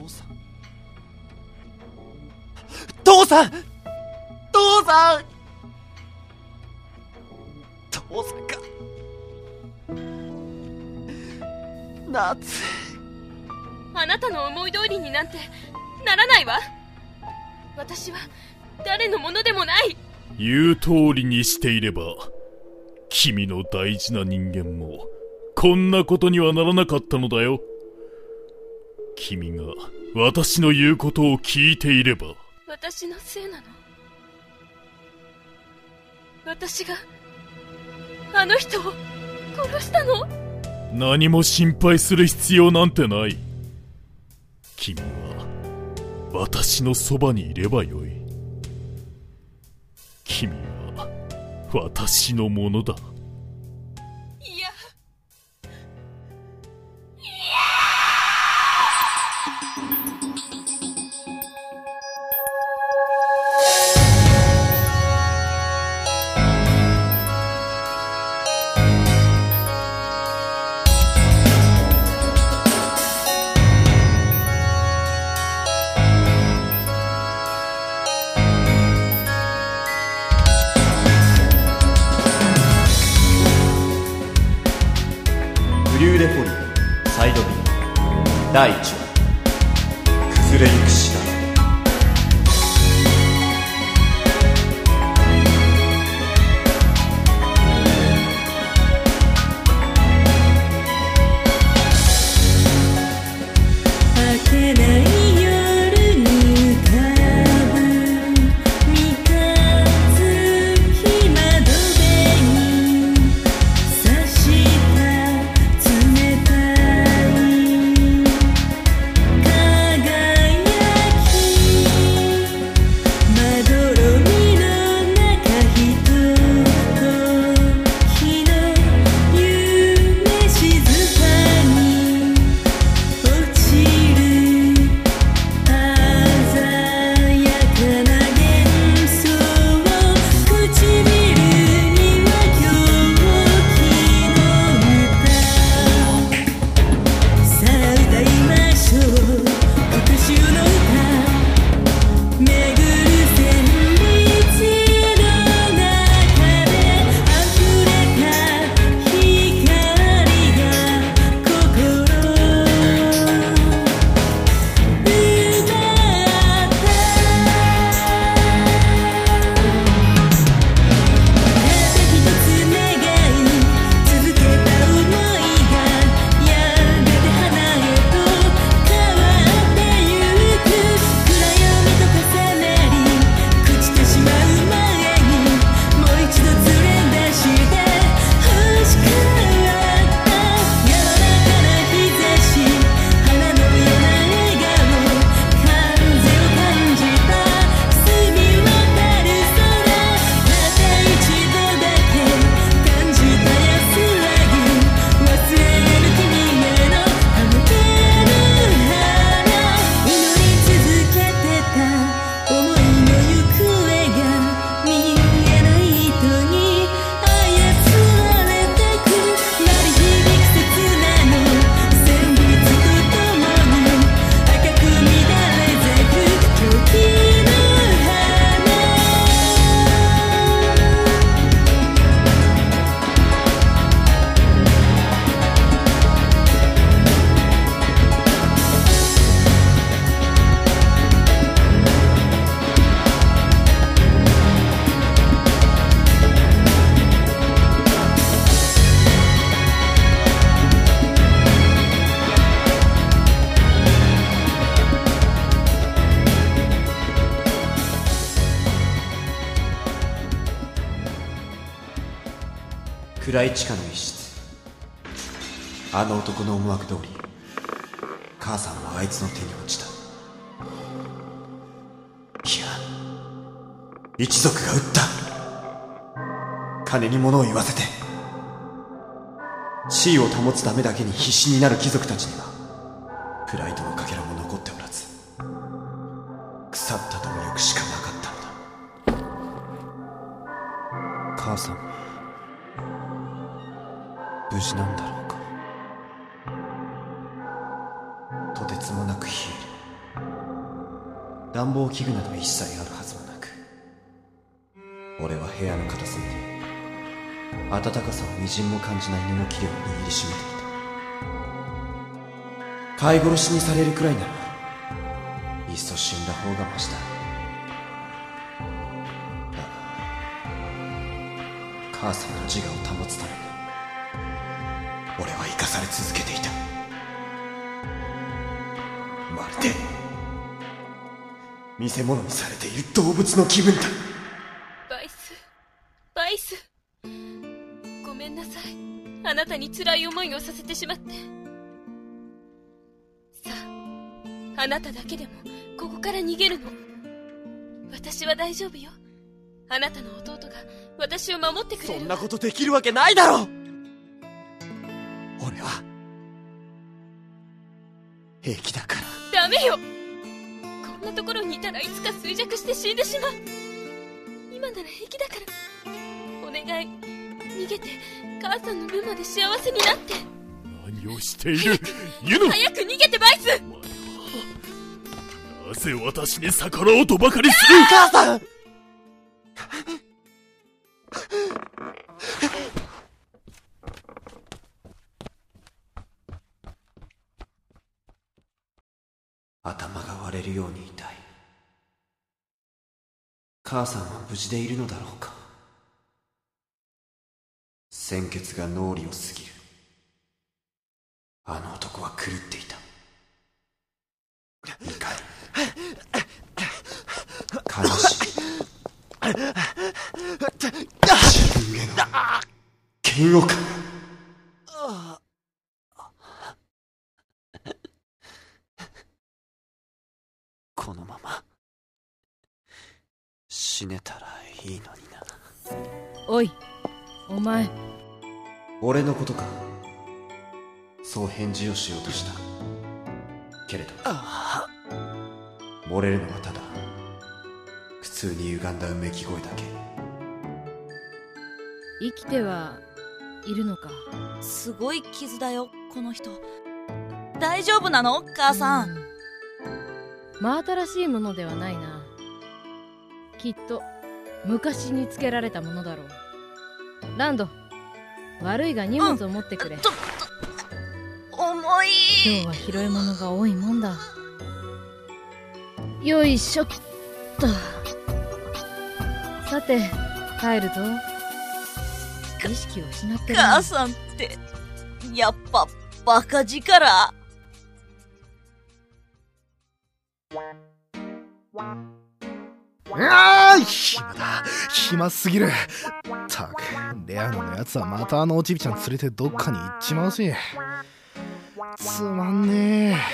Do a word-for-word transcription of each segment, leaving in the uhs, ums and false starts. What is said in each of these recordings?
父さん父さん父さん父さんか。夏、 あなたの思い通りになんてならないわ。私は誰のものでもない。 言う通りにしていれば君の大事な人間もこんなことにはならなかったのだよ。君が私の言うことを聞いていれば。 私のせいなの？私があの人を殺したの？ 何も心配する必要なんてない。君は私のそばにいればよい。君は私のものだ。 いや、 ブリューレポリサイド B だいいちわ崩れゆくシナリ暗い地下の一室。あの男の思惑通り母さんはあいつの手に落ちた。いや、一族が撃った。金に物を言わせて地位を保つためだけに必死になる貴族たちにはプライドのかけらも残っておらず、腐ったとも行くしかなかったのだ。母さん無事なんだろうか。とてつもなく冷える暖房器具など一切あるはずもなく、俺は部屋の片隅で暖かさをみじんも感じない布切れを握りしめていた。飼い殺しにされるくらいならいっそ死んだ方がマシだ。だが母さんの自我を保つために俺は生かされ続けていた。まるで見せ物にされている動物の気分だ。 バイス、バイス、ごめんなさい。あなたに辛い思いをさせてしまって。さあ、あなただけでもここから逃げるの。私は大丈夫よ。あなたの弟が私を守ってくれる。 そんなことできるわけないだろう。俺は平気だから。 ダメよ。こんなところにいたらいつか衰弱して死んでしまう。今なら平気だから。お願い、逃げて母さんの分まで幸せになって。 何をしているユノ。 早く逃げてバイス。 なぜ私に逆らおうとばかりする。 母さん頭が割れるように痛い。母さんは無事でいるのだろうか。鮮血が脳裏を過ぎる。あの男は狂っていた。怒り、悲しみ、自分への嫌悪感。このまま死ねたらいいのにな。 おい、お前。 俺のことか。そう返事をしようとしたけれど、漏れるのはただ普通に歪んだうめき声だけ。 生きてはいるのか。 すごい傷だよ、この人。大丈夫なの、母さん。 うん、真新しいものではないな。きっと昔につけられたものだろう。ランド、悪いが荷物を持ってくれ。 うん、とと重い。 今日は拾い物が多いもんだ。よいしょっと。さて帰るぞ。意識を失ってる。 母さんってやっぱバカ力。 あー、暇だ。暇すぎる。たく、レアノのやつはまたあのおちびちゃん連れてどっかに行っちまうし、つまんねえ。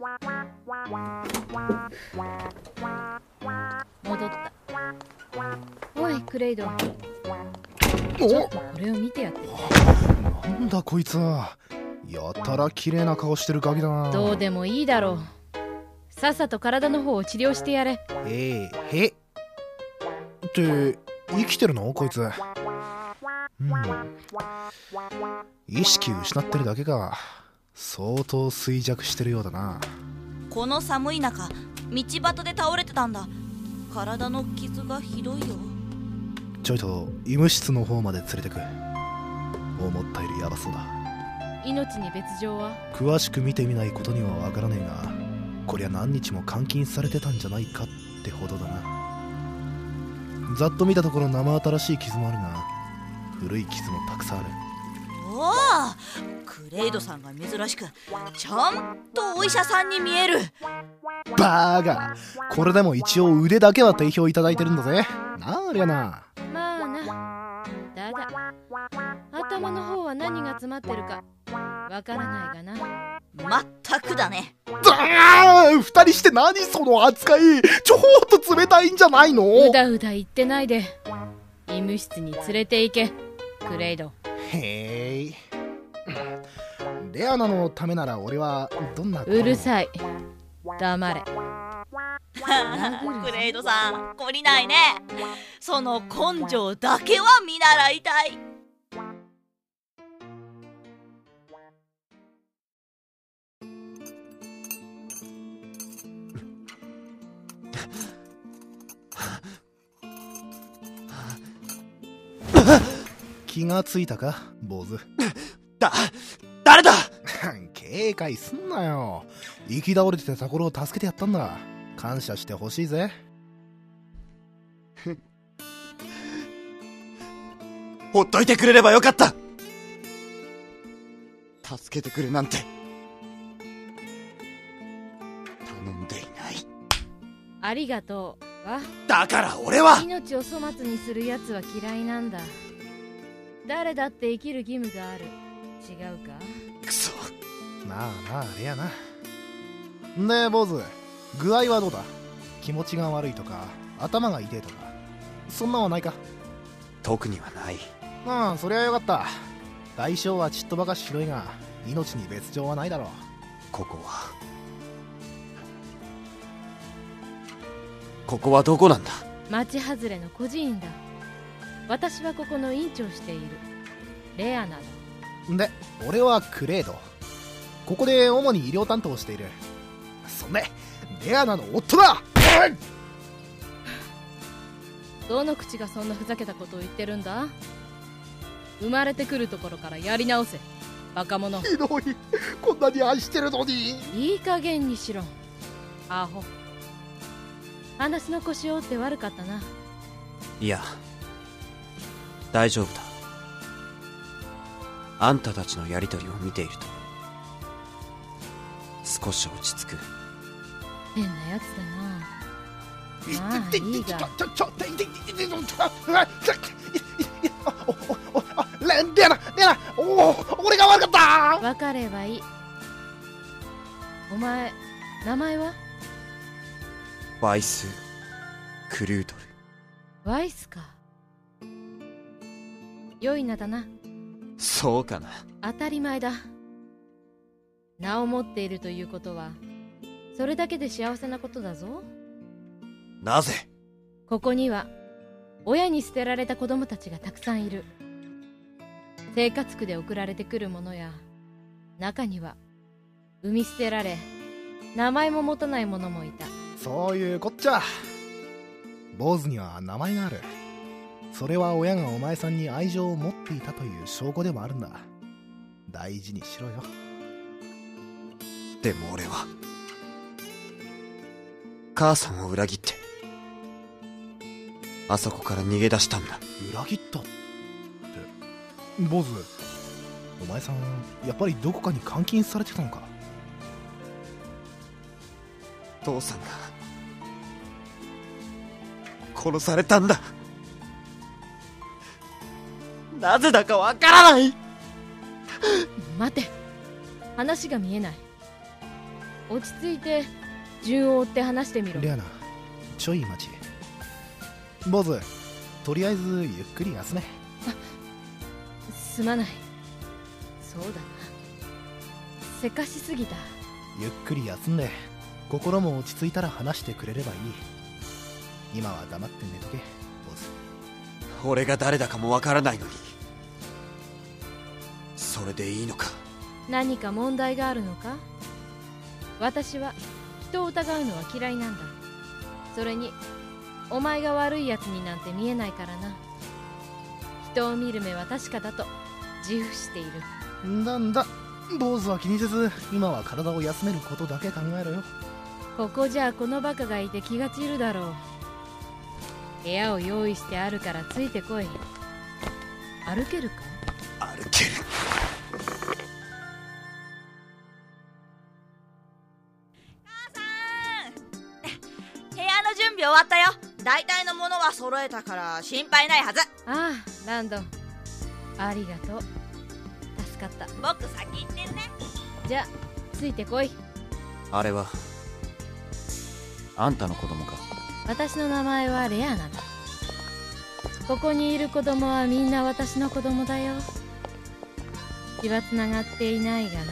戻った。おいクレイド、 お、 ちょっとこれを見てやって。 なんだこいつは。やたら綺麗な顔してるガキだな。 どうでもいいだろう。さっさと体の方を治療してやれ。 ええへって生きてるのこいつ。うん、意識失ってるだけか。相当衰弱してるようだな。 この寒い中道端で倒れてたんだ。体の傷がひどいよ。 ちょいと医務室の方まで連れてく。思ったよりヤバそうだ。 命に別状は？ 詳しく見てみないことにはわからねえが、こりゃ何日も監禁されてたんじゃないかってほどだな。ざっと見たところ生新しい傷もあるが、古い傷もたくさんある。 おお、クレイドさんが珍しくちゃんとお医者さんに見える。 バーガー、これでも一応腕だけは定評いただいてるんだぜ。なありゃな。 まあな。だだ、頭の方は何が詰まってるかわからないがな。 まったくだね。 だー、二人して何その扱い。ちょっと冷たいんじゃないの。 うだうだ言ってないで、医務室に連れて行けクレイド。 へい。レアナのためなら俺はどんな。 うるさい、黙れ。 クレイドさん懲りないね。その根性だけは見習いたい。 気がついたか坊主。 だ誰だ警戒すんなよ。行き倒れてたところを助けてやったんだ。感謝してほしいぜ。 ほっといてくれればよかった。助けてくれなんて頼んでいない。 ありがとうわ。 だから俺は命を粗末にするやつは嫌いなんだ。誰だって生きる義務がある。違うか。 クソ。 まあまあレアな。ねえ坊主、具合はどうだ？気持ちが悪いとか頭が痛いとかそんなんはないか？ 特にはない。 ああ、そりゃよかった。代償はちっとばかしひどいが命に別状はないだろう。 ここはここはどこなんだ？ 町外れの孤児院だ。私はここの院長しているレアナだ。 で、俺はクレード。ここで主に医療担当をしている。そんでレアナの夫だ。 どの口がそんなふざけたことを言ってるんだ？生まれてくるところからやり直せ、バカ者。 ひどい。こんなに愛してるのに。 いい加減にしろ、アホ。話の腰を折って悪かったな。 いや、大丈夫だ。あんたたちのやりとりを見ていると少し落ち着く。 変なやつだな。まあいいが。 ちょちょちょちょレンレアナレアナ、おお、俺が悪かった。 分かればいい。お前名前は？ バイス・クルードル。 ワイスか。良い名だな。 そうかな。 当たり前だ。名を持っているということはそれだけで幸せなことだぞ。 なぜ？ ここには親に捨てられた子供たちがたくさんいる。生活苦で送られてくるものや、中には産み捨てられ名前も持たない者もいた。 そういうこっちゃ。坊主には名前がある。それは親がお前さんに愛情を持っていたという証拠でもあるんだ。大事にしろよ。 でも俺は母さんを裏切ってあそこから逃げ出したんだ。 裏切ったって坊主、お前さんやっぱりどこかに監禁されてたのか？ 父さんが殺されたんだ。なぜだかわからない。 待て、話が見えない。落ち着いて順を追って話してみろ。 レアナ、ちょい待ち。坊主、とりあえずゆっくり休め。 すまない。そうだな、せかしすぎた。 ゆっくり休んで心も落ち着いたら話してくれればいい。今は黙って寝とけ、坊主。俺が誰だかもわからないのにそれでいいのか？ 何か問題があるのか？私は人を疑うのは嫌いなんだ。それにお前が悪いやつになんて見えないからな。人を見る目は確かだと自負している。 なんだ、坊主は気にせず今は体を休めることだけ考えろよ。 ここじゃこのバカがいて気が散るだろう。部屋を用意してあるからついてこい。歩けるか？ 歩ける。 母さん、部屋の準備終わったよ。大体のものは揃えたから心配ないはず。 ああ、ランド、ありがとう。助かった。 僕先行ってるね。 じゃあついてこい。 あれはあんたの子供か？ 私の名前はレアナだ。ここにいる子供はみんな私の子供だよ。血はつながっていないがな。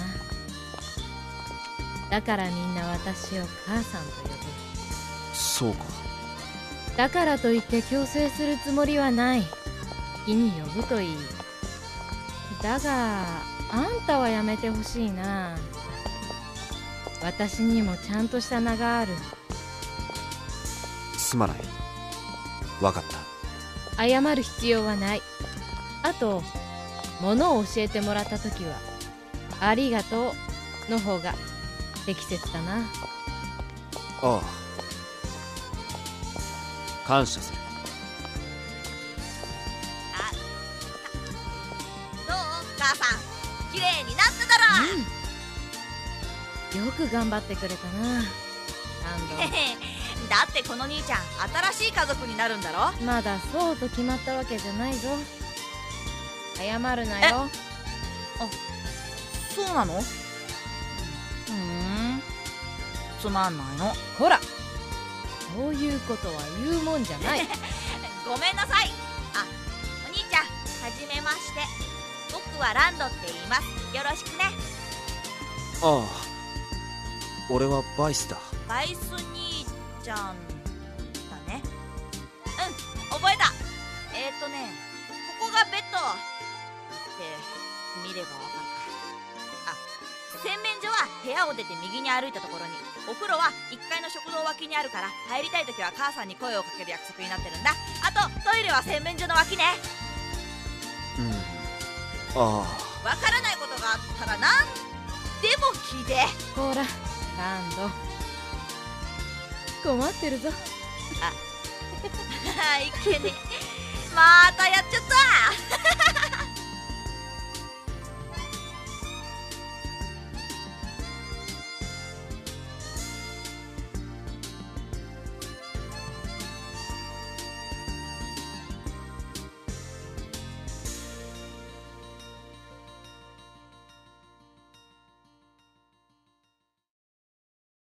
だからみんな私を母さんと呼ぶ。 そうか。 だからといって強制するつもりはない。好きに呼ぶといい。だがあんたはやめてほしいな。私にもちゃんとした名がある。 すまない。わかった。 謝る必要はない。 あと物を教えてもらった時はありがとうの方が適切だな。 ああ、感謝する。 あ、どう母さん、綺麗になっただろ。 うん、よく頑張ってくれたな、ランだってこの兄ちゃん新しい家族になるんだろ。 ド。まだそうと決まったわけじゃないぞ。謝るなよ。 そうなの？ふーん、つまんないの。 こら、そういうことは言うもんじゃない。 ごめんなさい。あ、お兄ちゃん、はじめまして。僕はランドって言います。よろしくね。 ああ、俺はバイスだ。 バイス兄ちゃんだね。うん、覚えた。えーっとね、ここがベッドって見ればわかるか。あ、洗面所は部屋を出て右に歩いたところに、お風呂はいっかいの食堂脇にあるから、入りたいときは母さんに声をかける約束になってるんだ。あとトイレは洗面所の脇ね。 うん、ああ、 わからないことがあったらなんでも聞いて。 ほら、ランド、困ってるぞ。 あいけねえ、またやっちゃった。